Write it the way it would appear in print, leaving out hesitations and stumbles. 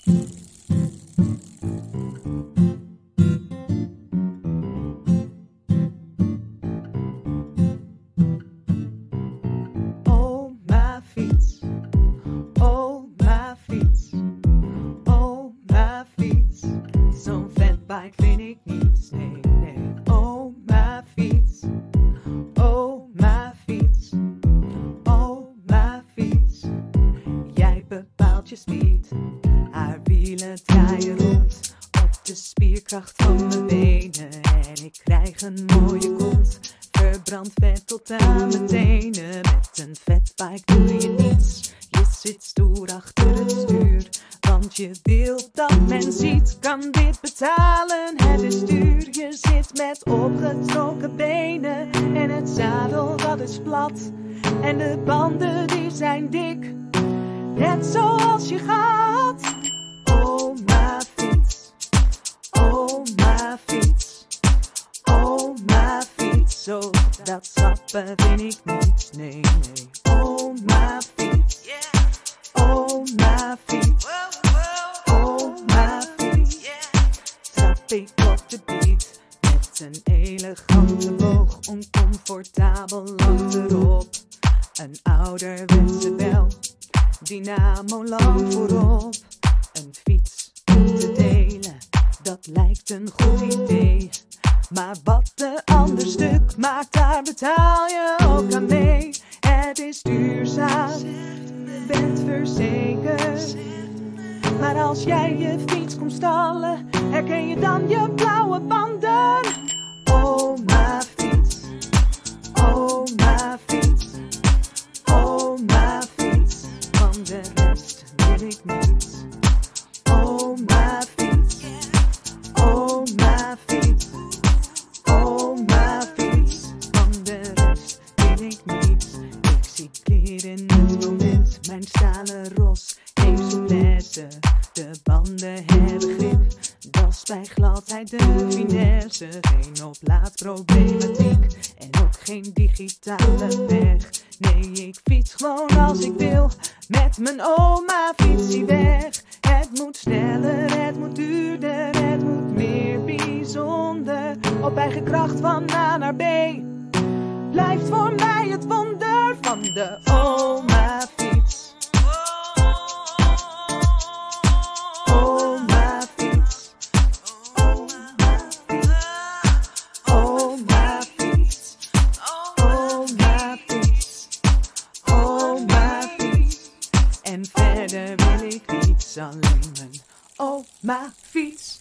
Oh, mijn fiets. Oh, mijn fiets. Oh, mijn fiets. Zo'n fatbike vind ik niets, nee, nee. Oh, mijn fiets. Oh, mijn fiets. Oh, mijn fiets. Jij bepaalt je speed. Haar wielen draaien rond op de spierkracht van mijn benen. En ik krijg een mooie kont. Verbrand vet tot aan mijn tenen. Met een fatbike doe je niets. Je zit stoer achter het stuur. Want je wilt dat men ziet. Kan dit betalen? Het is duur. Je zit met opgetrokken benen. En het zadel dat is plat. En de banden die zijn dik. Net zoals je gaat. Oh, mijn fiets. Oh, mijn fiets. Oh, mijn fiets. Zo, dat stappen vind ik niet. Nee, nee. Oh, mijn fiets. Oh, mijn fiets. Oh, mijn fiets. Trap ik op de beat. Met een elegante boog. Oncomfortabel achterop. Een ouderwetse bel. Dynamo lang voorop. Een fiets te delen, dat lijkt een goed idee. Maar wat een ander stuk maakt, daar betaal je ook aan mee. Het is duurzaam, bent verzekerd. Maar als jij je fiets komt stallen, herken je dan je blauwe banden. Oh, mijn fiets. Oh, mijn fiets. Oh, mijn fiets. Van de rest wil ik niets. Oh, mijn fiets. Oh, mijn fiets. Oh, mijn fiets. Van de rest wil ik niets. Ik zie kleur in het moment. Mijn stalen ros heeft souplesse. De banden hebben grip. Dat is bij gladheid de finesse. Geen oplaadproblematiek. En ook geen digitale weg. Nee, ik fiets gewoon als ik wil. Met mijn oma fietsie weg. Het moet sneller, het moet duurder, het moet meer bijzonder. Op eigen kracht van A naar B. Blijft voor mij het wonder van de oma fiets. Oma fiets. Oma fiets. Oma fiets. Oma fiets. Oma fiets. En verder wil ik niets, alleen mijn oma fiets.